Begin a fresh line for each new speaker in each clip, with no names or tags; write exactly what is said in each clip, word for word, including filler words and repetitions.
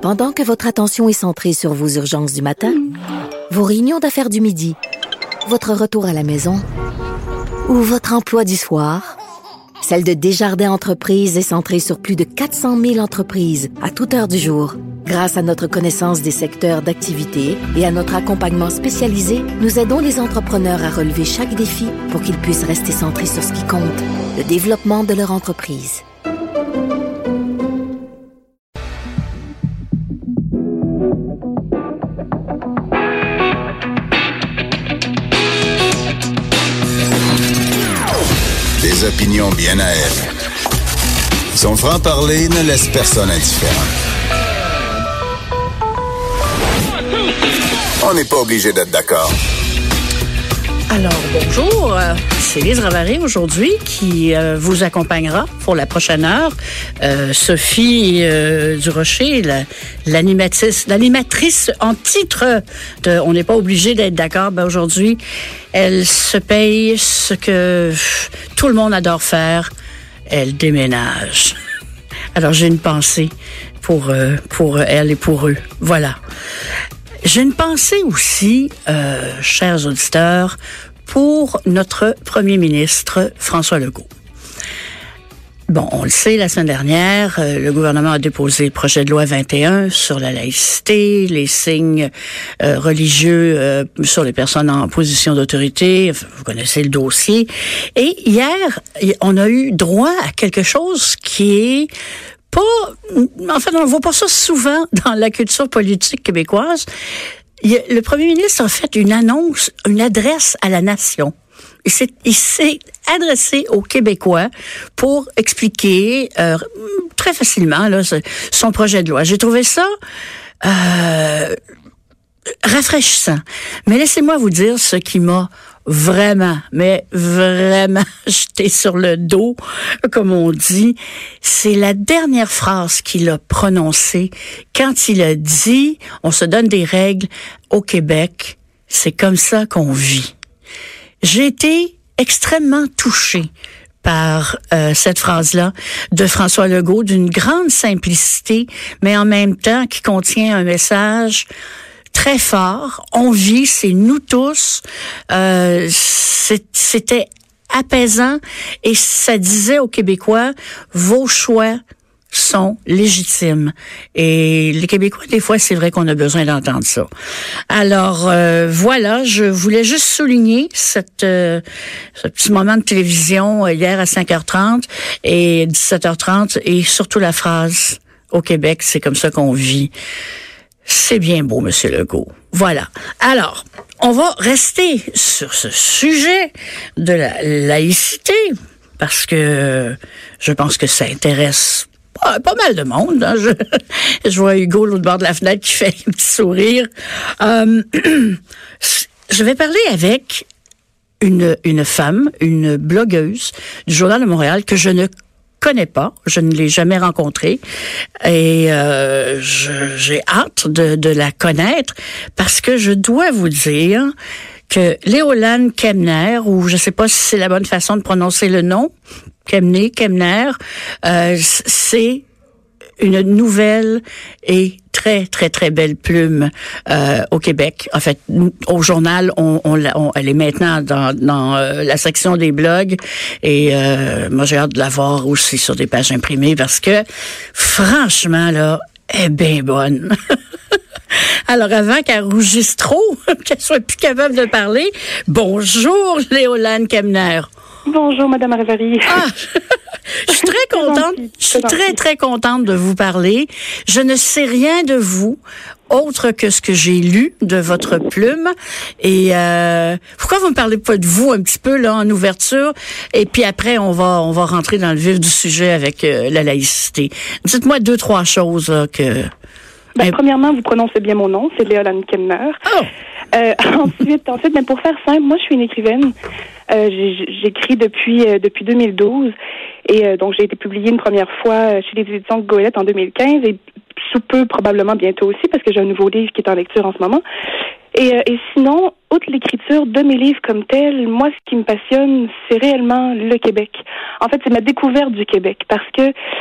Pendant que votre attention est centrée sur vos urgences du matin, vos réunions d'affaires du midi, votre retour à la maison ou votre emploi du soir, celle de Desjardins Entreprises est centrée sur plus de quatre cent mille entreprises à toute heure du jour. Grâce à notre connaissance des secteurs d'activité et à notre accompagnement spécialisé, nous aidons les entrepreneurs à relever chaque défi pour qu'ils puissent rester centrés sur ce qui compte, le développement de leur entreprise.
Des opinions bien à elle. Son franc-parler ne laisse personne indifférent. On n'est pas obligé d'être d'accord.
Alors, bonjour, c'est Lise Ravary aujourd'hui qui euh, vous accompagnera pour la prochaine heure. Euh, Sophie euh, Durocher, la, l'animatrice, l'animatrice en titre de « On n'est pas obligé d'être d'accord », ben aujourd'hui, elle se paye ce que tout le monde adore faire, elle déménage. Alors, j'ai une pensée pour, euh, pour elle et pour eux. Voilà. J'ai une pensée aussi, euh, chers auditeurs, pour notre premier ministre, François Legault. Bon, on le sait, la semaine dernière, euh, le gouvernement a déposé le projet de loi vingt et un sur la laïcité, les signes euh, religieux euh, sur les personnes en position d'autorité. Vous connaissez le dossier. Et hier, on a eu droit à quelque chose qui est pas, en fait, on ne voit pas ça souvent dans la culture politique québécoise. Il, le premier ministre a fait une annonce, une adresse à la nation. Il s'est, il s'est adressé aux Québécois pour expliquer euh, très facilement là, son projet de loi. J'ai trouvé ça euh, rafraîchissant. Mais laissez-moi vous dire ce qui m'a vraiment, mais vraiment jeté sur le dos, comme on dit. C'est la dernière phrase qu'il a prononcée quand il a dit « On se donne des règles au Québec, c'est comme ça qu'on vit ». J'ai été extrêmement touchée par euh, cette phrase-là de François Legault, d'une grande simplicité, mais en même temps qui contient un message très fort. On vit, c'est nous tous. Euh, c'est, c'était apaisant et ça disait aux Québécois, vos choix sont légitimes. Et les Québécois, des fois, c'est vrai qu'on a besoin d'entendre ça. Alors, euh, voilà, je voulais juste souligner cette, euh, ce petit moment de télévision euh, hier à cinq heures trente et dix-sept heures trente et surtout la phrase « Au Québec, c'est comme ça qu'on vit ». C'est bien beau, Monsieur Legault. Voilà. Alors, on va rester sur ce sujet de la laïcité, parce que je pense que ça intéresse pas, pas mal de monde. Hein. Je, je vois Hugo, l'autre bord de la fenêtre, qui fait un petit sourire. Euh, je vais parler avec une, une femme, une blogueuse du Journal de Montréal que je ne connais pas, je ne l'ai jamais rencontrée et euh, je, j'ai hâte de, de la connaître parce que je dois vous dire que Léolane Kemner, ou je sais pas si c'est la bonne façon de prononcer le nom, Kemner, Kemner, euh, c'est une nouvelle et très, très, très belle plume euh, au Québec. En fait, au journal, on, on, on elle est maintenant dans, dans euh, la section des blogs et euh, moi, j'ai hâte de la voir aussi sur des pages imprimées parce que, franchement, là, elle est bien bonne. Alors, avant qu'elle rougisse trop, qu'elle soit plus capable de parler, bonjour, Léolane Kemner.
Bonjour, Madame Ravary. Ah,
je suis très contente. Je suis très, très contente de vous parler. Je ne sais rien de vous, autre que ce que j'ai lu de votre plume. Et euh, pourquoi vous me parlez pas de vous un petit peu là en ouverture? Et puis après, on va on va rentrer dans le vif du sujet avec euh, la laïcité. Dites-moi deux, trois choses là, que...
Ben, premièrement, vous prononcez bien mon nom, c'est Léolane Kemner. Oh. Euh, ensuite, ensuite, ben, pour faire simple, moi, je suis une écrivaine. Euh, j'ai, j'écris depuis euh, depuis deux mille douze et euh, donc j'ai été publiée une première fois chez les éditions Goélette en deux mille quinze et sous peu probablement bientôt aussi parce que j'ai un nouveau livre qui est en lecture en ce moment. Et, euh, et sinon, outre l'écriture de mes livres comme tels, moi, ce qui me passionne, c'est réellement le Québec. En fait, c'est ma découverte du Québec parce que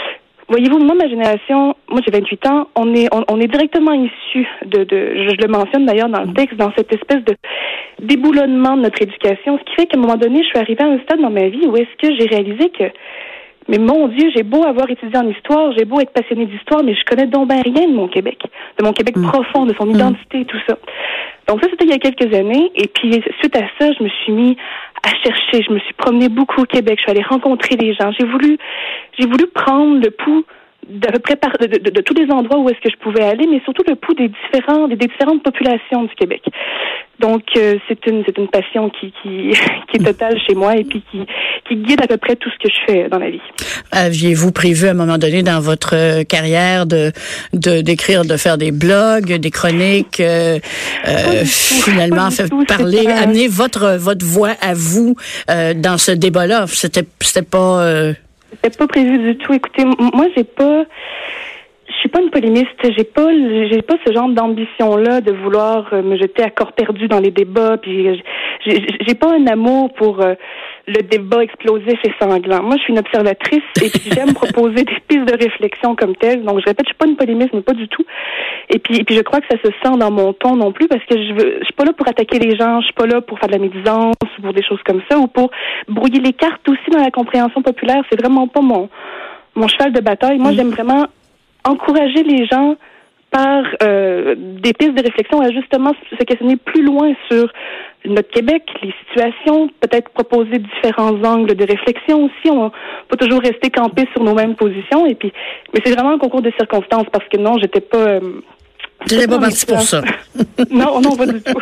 voyez-vous, moi, ma génération, moi j'ai vingt-huit ans, on est on, on est directement issu de, de je, je le mentionne d'ailleurs dans le texte, dans cette espèce de déboulonnement de notre éducation, ce qui fait qu'à un moment donné, je suis arrivée à un stade dans ma vie où est-ce que j'ai réalisé que, mais mon Dieu, j'ai beau avoir étudié en histoire, j'ai beau être passionnée d'histoire, mais je connais donc ben rien de mon Québec, de mon Québec mmh. profond, de son identité, mmh. tout ça. Donc ça, c'était il y a quelques années, et puis suite à ça, je me suis mis à chercher, je me suis promenée beaucoup au Québec, je suis allée rencontrer des gens, j'ai voulu, j'ai voulu prendre le pouls d'à peu près par, de, de, de, de tous les endroits où est-ce que je pouvais aller, mais surtout le pouls des différents, des, des différentes populations du Québec. Donc euh, c'est une c'est une passion qui qui qui est totale chez moi et puis qui qui guide à peu près tout ce que je fais dans la vie.
Aviez-vous prévu à un moment donné dans votre carrière de de d'écrire, de faire des blogs, des chroniques, euh, euh, finalement fait tout, parler, pas... amener votre votre voix à vous euh, dans ce débat-là? C'était c'était pas euh...
C'était pas prévu du tout. Écoutez, moi j'ai pas je suis pas une polémiste, j'ai pas j'ai pas ce genre d'ambition là de vouloir me jeter à corps perdu dans les débats, puis j'ai j'ai pas un amour pour euh, le débat explosif et sanglant. Moi, je suis une observatrice et puis j'aime proposer des pistes de réflexion comme telles. Donc je répète, je suis pas une polémiste, mais pas du tout. Et puis et puis je crois que ça se sent dans mon ton non plus parce que je veux je suis pas là pour attaquer les gens, je suis pas là pour faire de la médisance ou pour des choses comme ça ou pour brouiller les cartes aussi dans la compréhension populaire, c'est vraiment pas mon mon cheval de bataille. Moi, mmh. j'aime vraiment encourager les gens par euh, des pistes de réflexion à justement se questionner plus loin sur notre Québec, les situations, peut-être proposer différents angles de réflexion aussi. On peut toujours rester campé sur nos mêmes positions. Et puis, mais c'est vraiment un concours de circonstances parce que non, j'étais pas. Euh,
Tu n'es pas parti pour ça.
non, non, pas du tout.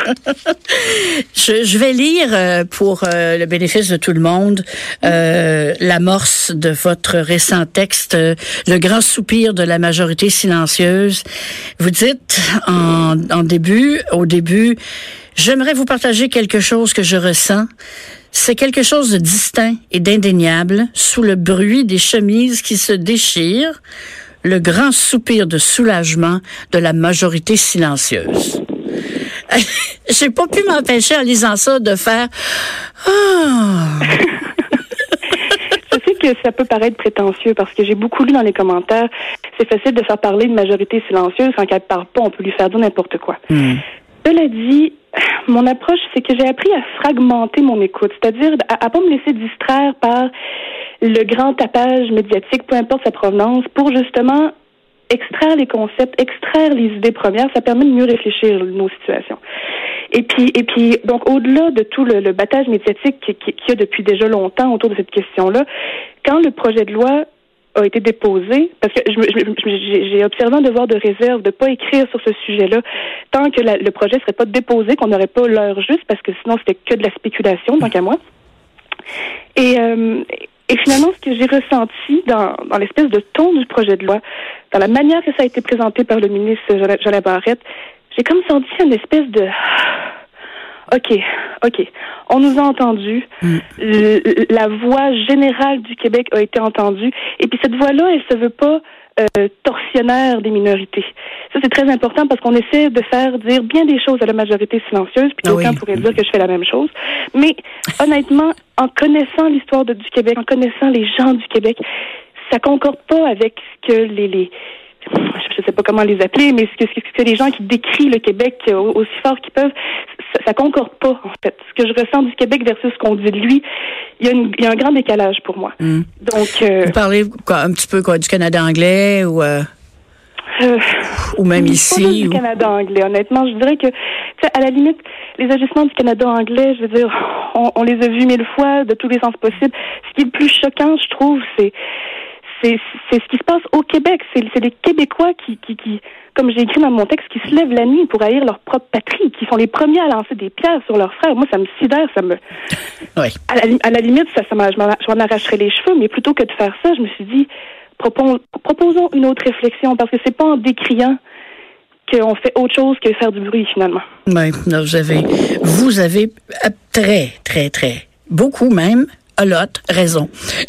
je, je vais lire euh, pour euh, le bénéfice de tout le monde euh, l'amorce de votre récent texte, euh, Le grand soupir de la majorité silencieuse. Vous dites en, en début, au début, j'aimerais vous partager quelque chose que je ressens. C'est quelque chose de distinct et d'indéniable sous le bruit des chemises qui se déchirent. Le grand soupir de soulagement de la majorité silencieuse. J'ai pas pu m'empêcher en lisant ça de faire ah.
Je sais que ça peut paraître prétentieux parce que j'ai beaucoup lu dans les commentaires. C'est facile de faire parler une majorité silencieuse quand elle parle pas, on peut lui faire dire n'importe quoi. Mm. Cela dit, mon approche, c'est que j'ai appris à fragmenter mon écoute, c'est-à-dire à, à pas me laisser distraire par le grand tapage médiatique, peu importe sa provenance, pour justement extraire les concepts, extraire les idées premières, ça permet de mieux réfléchir nos situations. Et puis, et puis, donc, au-delà de tout le, le battage médiatique qu'il qui, qui y a depuis déjà longtemps autour de cette question-là, quand le projet de loi a été déposé, parce que je, je, j'ai observé un devoir de réserve de ne pas écrire sur ce sujet-là tant que la, le projet ne serait pas déposé, qu'on n'aurait pas l'heure juste, parce que sinon c'était que de la spéculation, tant qu'à moi. Et, euh, et finalement, ce que j'ai ressenti dans, dans l'espèce de ton du projet de loi, dans la manière que ça a été présenté par le ministre Joël Barrette, j'ai comme senti une espèce de... OK, OK. On nous a entendus. Mm. Le, la voix générale du Québec a été entendue. Et puis cette voix-là, elle se veut pas euh, tortionnaire des minorités. Ça, c'est très important parce qu'on essaie de faire dire bien des choses à la majorité silencieuse, puis d'aucuns oui. pourraient dire que je fais la même chose. Mais honnêtement, en connaissant l'histoire de, du Québec, en connaissant les gens du Québec, ça concorde pas avec ce que les... les je ne sais pas comment les appeler, mais ce que, ce que les gens qui décrivent le Québec aussi fort qu'ils peuvent, ça, ça concorde pas, en fait. Ce que je ressens du Québec versus ce qu'on dit de lui, il y a, une, il y a un grand décalage pour moi. Mm. Donc, euh,
vous parlez quoi, un petit peu quoi, du Canada anglais ou... Euh... Euh, ou même ici.
Pas du ou... Canada anglais, honnêtement. Je dirais que, à la limite, les agissements du Canada anglais, je veux dire, on, on les a vus mille fois, de tous les sens possibles. Ce qui est le plus choquant, je trouve, c'est c'est, c'est ce qui se passe au Québec. C'est, c'est les Québécois qui, qui, qui, comme j'ai écrit dans mon texte, qui se lèvent la nuit pour haïr leur propre patrie, qui sont les premiers à lancer des pierres sur leurs frères. Moi, ça me sidère, ça me...
Oui.
À la, à la limite, ça, ça m'a, je m'en, je m'en arracherais les cheveux, mais plutôt que de faire ça, je me suis dit... Proposons une autre réflexion, parce que c'est pas en décriant qu'on fait autre chose que faire du bruit, finalement.
Oui, vous avez, vous avez très, très, très, beaucoup même, a lot, raison.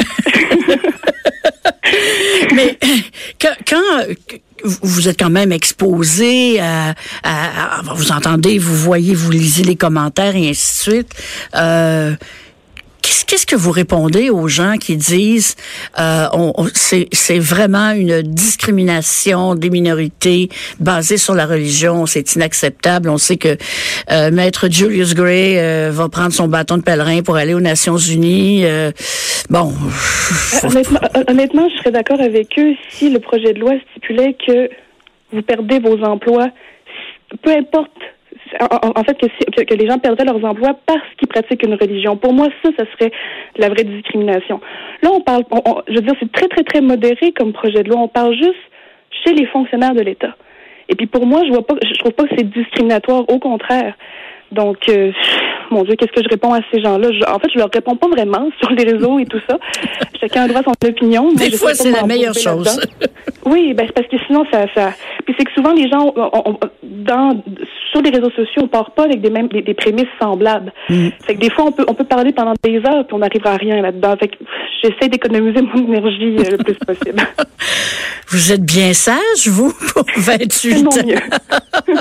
Mais quand, quand vous êtes quand même exposé à, à, à... Vous entendez, vous voyez, vous lisez les commentaires et ainsi de suite... Euh, Qu'est-ce, qu'est-ce que vous répondez aux gens qui disent euh, on, on, c'est, c'est vraiment une discrimination des minorités basée sur la religion, c'est inacceptable. On sait que euh, Maître Julius Gray euh, va prendre son bâton de pèlerin pour aller aux Nations Unies. Euh, bon.
Honnêtement, honnêtement, je serais d'accord avec eux si le projet de loi stipulait que vous perdez vos emplois, peu importe. En, en fait, que, que, que les gens perdraient leurs emplois parce qu'ils pratiquent une religion. Pour moi, ça, ça serait la vraie discrimination. Là, on parle, on, on, je veux dire, c'est très, très, très modéré comme projet de loi. On parle juste chez les fonctionnaires de l'État. Et puis, pour moi, je vois pas, je trouve pas que c'est discriminatoire. Au contraire. Donc, euh, mon Dieu, qu'est-ce que je réponds à ces gens-là? Je, en fait, je leur réponds pas vraiment sur les réseaux et tout ça. Chacun a droit à son opinion.
Des fois, c'est la meilleure chose.
Oui, ben c'est parce que sinon, ça, ça. Puis c'est que souvent, les gens, on, on, dans sur les réseaux sociaux, on part pas avec des mêmes des, des prémices semblables. Mm. Fait que des fois, on peut on peut parler pendant des heures puis on n'arrivera à rien là-dedans. Fait que j'essaie d'économiser mon énergie euh, le plus possible.
Vous êtes bien sage, vous, pour vingt-huit ans. Mieux.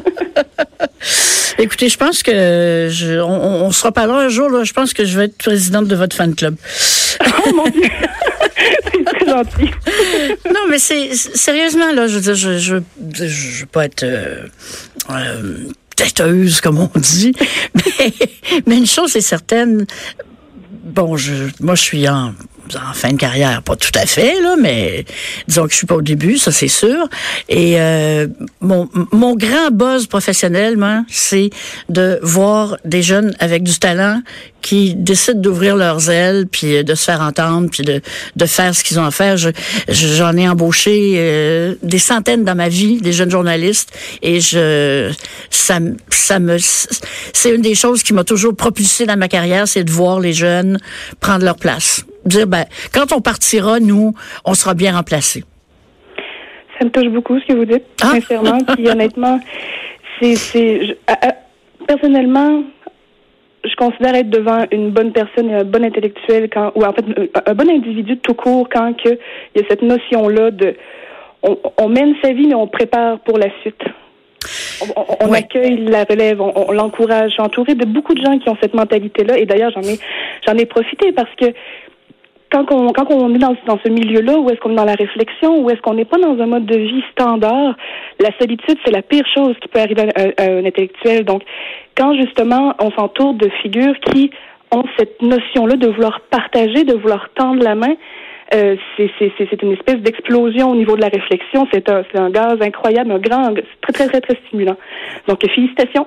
Écoutez, je pense que je, on, on se reparlera un jour. Là, je pense que je vais être présidente de votre fan club.
Oh mon Dieu, c'est très gentil.
Non, mais c'est sérieusement là. Je veux dire, je je je, je veux pas être euh, euh, têteuse comme on dit, mais mais une chose est certaine. Bon, je moi je suis en en fin de carrière, pas tout à fait, là, mais disons que je suis pas au début, ça c'est sûr. Et euh, mon, mon grand buzz professionnel, moi, c'est de voir des jeunes avec du talent qui décident d'ouvrir leurs ailes, puis de se faire entendre, puis de, de faire ce qu'ils ont à faire. Je, j'en ai embauché euh, des centaines dans ma vie, des jeunes journalistes, et je ça, ça me c'est une des choses qui m'a toujours propulsé dans ma carrière, c'est de voir les jeunes prendre leur place. Dire, ben, quand on partira, nous, on sera bien remplacés.
Ça me touche beaucoup ce que vous dites, ah. sincèrement. Puis honnêtement, c'est, c'est, je, à, à, personnellement, je considère être devant une bonne personne et un bon intellectuel, quand, ou en fait, un, un bon individu tout court, quand que il y a cette notion-là de, on, on mène sa vie, mais on prépare pour la suite. On, on, on ouais. accueille la relève, on, on l'encourage. Je suis entourée de beaucoup de gens qui ont cette mentalité-là, et d'ailleurs, j'en ai, j'en ai profité parce que Quand on, quand on est dans, dans ce milieu-là, où est-ce qu'on est dans la réflexion, où est-ce qu'on n'est pas dans un mode de vie standard, la solitude, c'est la pire chose qui peut arriver à, à, à un intellectuel. Donc, quand justement, on s'entoure de figures qui ont cette notion-là de vouloir partager, de vouloir tendre la main, euh, c'est, c'est, c'est, c'est une espèce d'explosion au niveau de la réflexion. C'est un, c'est un gaz incroyable, un grand, très, très, très, très stimulant. Donc, félicitations.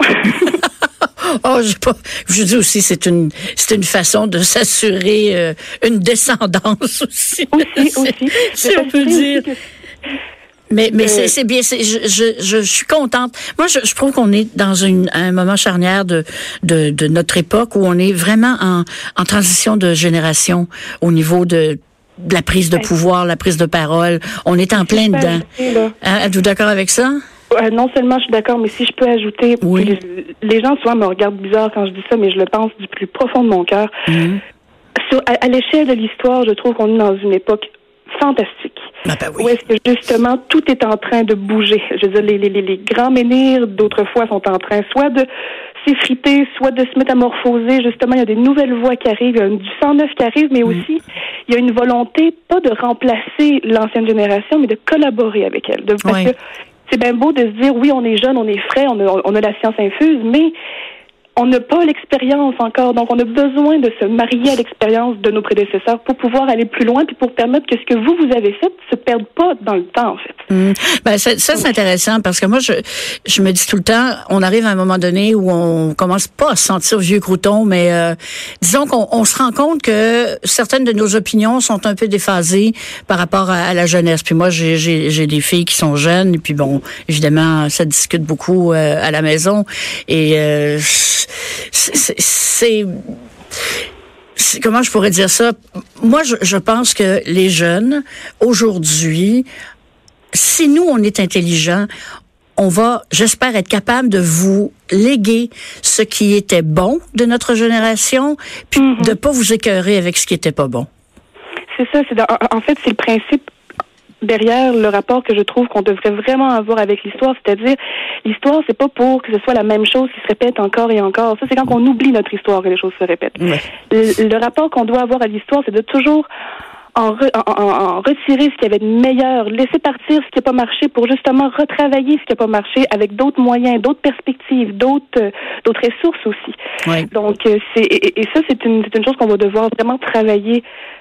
Oh, je pas. Je dis aussi, c'est une, c'est une façon de s'assurer euh, une descendance aussi.
Aussi, aussi.
Si on peut dire. Que... Mais, mais euh... c'est, c'est bien. C'est, je, je, je suis contente. Moi, je, je trouve qu'on est dans une, un moment charnière de, de, de notre époque où on est vraiment en, en transition de génération au niveau de. de la prise de pouvoir, la prise de parole. On est en plein dedans. Hein, êtes-vous d'accord avec ça?
Euh, non seulement je suis d'accord, mais si je peux ajouter, oui. les, les gens souvent me regardent bizarre quand je dis ça, mais je le pense du plus profond de mon cœur. Mm-hmm. Sur, à, à l'échelle de l'histoire, je trouve qu'on est dans une époque fantastique.
Ah ben oui.
Où est-ce que justement tout est en train de bouger. Je veux dire, les, les, les grands menhirs d'autrefois sont en train soit de s'effriter, soit de se métamorphoser. Justement, il y a des nouvelles voix qui arrivent, il y a du sang neuf qui arrive, mais aussi il y a une volonté pas de remplacer l'ancienne génération, mais de collaborer avec elle. De, parce oui. que c'est bien beau de se dire, oui, on est jeune, on est frais, on a, on a la science infuse, mais on n'a pas l'expérience encore. Donc, on a besoin de se marier à l'expérience de nos prédécesseurs pour pouvoir aller plus loin puis pour permettre que ce que vous, vous avez fait se perde pas dans le temps, en fait.
Mmh. Ben, ça, ça c'est intéressant parce que moi, je, je me dis tout le temps, on arrive à un moment donné où on commence pas à se sentir vieux crouton, mais euh, disons qu'on on se rend compte que certaines de nos opinions sont un peu déphasées par rapport à, à la jeunesse. Puis moi, j'ai, j'ai, j'ai des filles qui sont jeunes et puis bon, évidemment, ça discute beaucoup euh, à la maison et euh, C'est, c'est, c'est, comment je pourrais dire ça? Moi, je, je pense que les jeunes, aujourd'hui, si nous, on est intelligents, on va, j'espère, être capable de vous léguer ce qui était bon de notre génération, puis mm-hmm. de pas vous écœurer avec ce qui était pas bon.
C'est ça. C'est dans, en fait, c'est le principe derrière le rapport que je trouve qu'on devrait vraiment avoir avec l'histoire, c'est-à-dire l'histoire, c'est pas pour que ce soit la même chose qui se répète encore et encore. Ça, c'est quand on oublie notre histoire que les choses se répètent. Ouais. Le, le rapport qu'on doit avoir à l'histoire, c'est de toujours En, re, en, en, en retirer ce qu'il y avait de meilleur, laisser partir ce qui n'a pas marché pour justement retravailler ce qui n'a pas marché avec d'autres moyens, d'autres perspectives, d'autres euh, d'autres ressources aussi. Oui. Donc, euh, c'est et, et ça, c'est une, c'est une chose qu'on va devoir vraiment travailler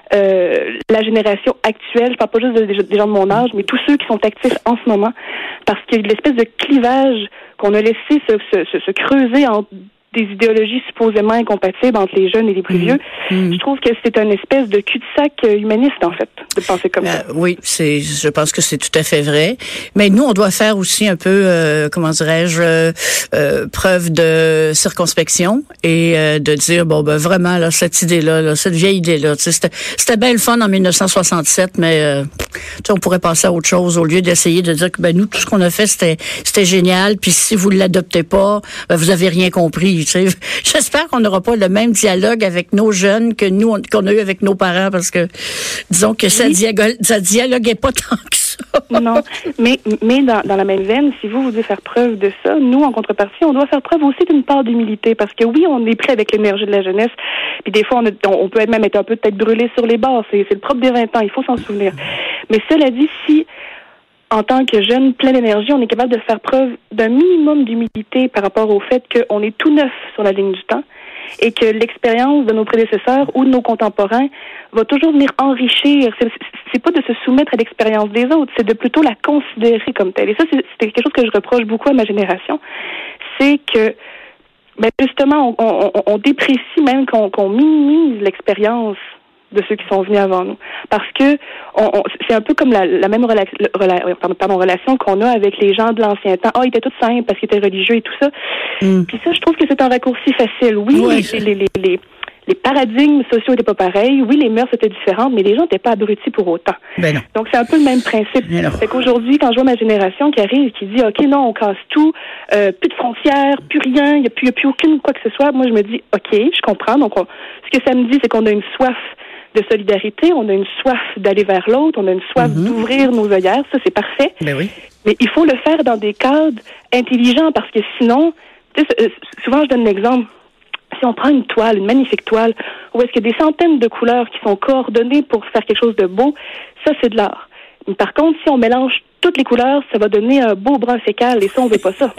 euh, la génération actuelle. Je parle pas juste de, de, des gens de mon âge, mais tous ceux qui sont actifs en ce moment, parce qu'il y a l'espèce de clivage qu'on a laissé se, se, se, se creuser en des idéologies supposément incompatibles entre les jeunes et les plus vieux. Mmh. Je trouve que c'est une espèce de cul-de-sac humaniste, en fait, de penser comme euh, ça.
Oui, c'est, je pense que c'est tout à fait vrai. Mais nous, on doit faire aussi un peu, euh, comment dirais-je, euh, preuve de circonspection et euh, de dire, bon, ben vraiment, là, cette idée-là, là, cette vieille idée-là, tu sais, c'était, c'était bien le fun en dix-neuf cent soixante-sept, mais euh, tu sais, on pourrait passer à autre chose au lieu d'essayer de dire que, ben nous, tout ce qu'on a fait, c'était, c'était génial, puis si vous ne l'adoptez pas, ben, vous avez rien compris. J'espère qu'on n'aura pas le même dialogue avec nos jeunes que nous, on, qu'on a eu avec nos parents, parce que disons que ça, oui. dialogue, ça dialoguait pas tant que ça.
Non, mais, mais dans, dans la même veine, si vous, vous devez faire preuve de ça, nous, en contrepartie, on doit faire preuve aussi d'une part d'humilité, parce que oui, on est prêt avec l'énergie de la jeunesse, puis des fois, on, a, on peut même être un peu peut-être brûlé sur les bords, c'est, c'est le propre des vingt ans, il faut s'en souvenir. Mais cela dit, si en tant que jeune plein d'énergie, on est capable de faire preuve d'un minimum d'humilité par rapport au fait qu'on est tout neuf sur la ligne du temps et que l'expérience de nos prédécesseurs ou de nos contemporains va toujours venir enrichir. C'est, c'est pas de se soumettre à l'expérience des autres, c'est de plutôt la considérer comme telle. Et ça, c'est, c'est quelque chose que je reproche beaucoup à ma génération. C'est que, ben justement, on, on, on déprécie même qu'on, qu'on minimise l'expérience de ceux qui sont venus avant nous. Parce que on, on, c'est un peu comme la, la même rela, rela, pardon, pardon, relation qu'on a avec les gens de l'ancien temps. Ah, oh, ils étaient tous simples parce qu'ils étaient religieux et tout ça. Mm. Puis ça, je trouve que c'est un raccourci facile. Oui, ouais. les, les, les, les, les paradigmes sociaux n'étaient pas pareils. Oui, les mœurs étaient différentes, mais les gens n'étaient pas abrutis pour autant.
Ben non.
Donc, c'est un peu le même principe. C'est qu'aujourd'hui, quand je vois ma génération qui arrive, qui dit, OK, non, on casse tout, euh, plus de frontières, plus rien, il n'y a plus, y a plus aucune quoi que ce soit. Moi, je me dis, OK, je comprends. Donc, on, ce que ça me dit, c'est qu'on a une soif de solidarité, on a une soif d'aller vers l'autre, on a une soif mm-hmm. d'ouvrir nos œillères, ça c'est parfait.
Ben oui.
Mais il faut le faire dans des cadres intelligents parce que sinon, tu sais, souvent je donne l'exemple, si on prend une toile, une magnifique toile, où est-ce qu'il y a des centaines de couleurs qui sont coordonnées pour faire quelque chose de beau, ça c'est de l'art. Mais par contre, si on mélange toutes les couleurs, ça va donner un beau brun fécal et ça, on veut pas ça.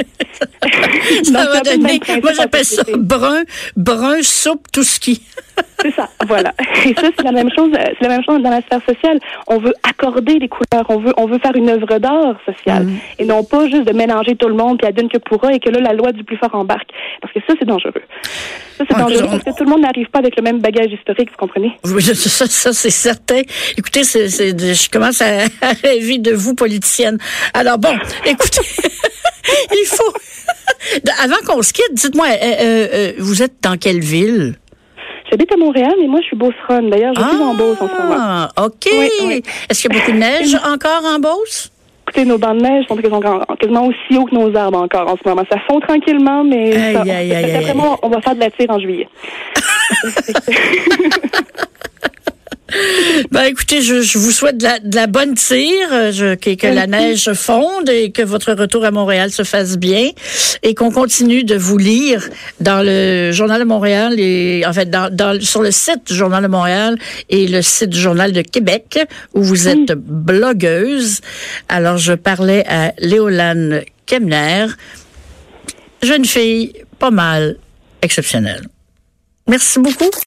ça va donner, moi j'appelle ça brun, brun soupe tout ski.
C'est ça, voilà. Et ça, c'est la même chose, c'est la même chose dans la sphère sociale. On veut accorder les couleurs, on veut, on veut faire une œuvre d'art sociale. Mm. Et non pas juste de mélanger tout le monde puis advienne que pourra et que là, la loi du plus fort embarque. Parce que ça, c'est dangereux. Ça, c'est ouais, dangereux on... parce que tout le monde n'arrive pas avec le même bagage historique, vous comprenez?
Oui, ça, ça c'est certain. Écoutez, c'est, c'est, je commence à, à rêver de vous, politicienne. Alors bon, écoutez, il faut... Avant qu'on se quitte, dites-moi, euh, euh, vous êtes dans quelle ville?
J'habite à Montréal, mais moi, je suis beauceronne. D'ailleurs, je suis
ah,
en Beauce en ce moment.
Ah, OK. Oui, oui. Est-ce qu'il y a beaucoup de neige encore en Beauce?
Écoutez, nos bancs de neige sont quasiment aussi hauts que nos arbres encore en ce moment. Ça fond tranquillement, mais
aïe,
ça,
aïe, aïe, aïe,
d'après moi, on va faire de la tire en juillet.
Ben écoutez, je, je vous souhaite de la, de la bonne tire, je, que, que la neige fonde et que votre retour à Montréal se fasse bien et qu'on continue de vous lire dans le Journal de Montréal et en fait dans, dans sur le site du Journal de Montréal et le site du Journal de Québec où vous êtes oui. blogueuse. Alors je parlais à Léolane Kemner, jeune fille pas mal exceptionnelle. Merci beaucoup.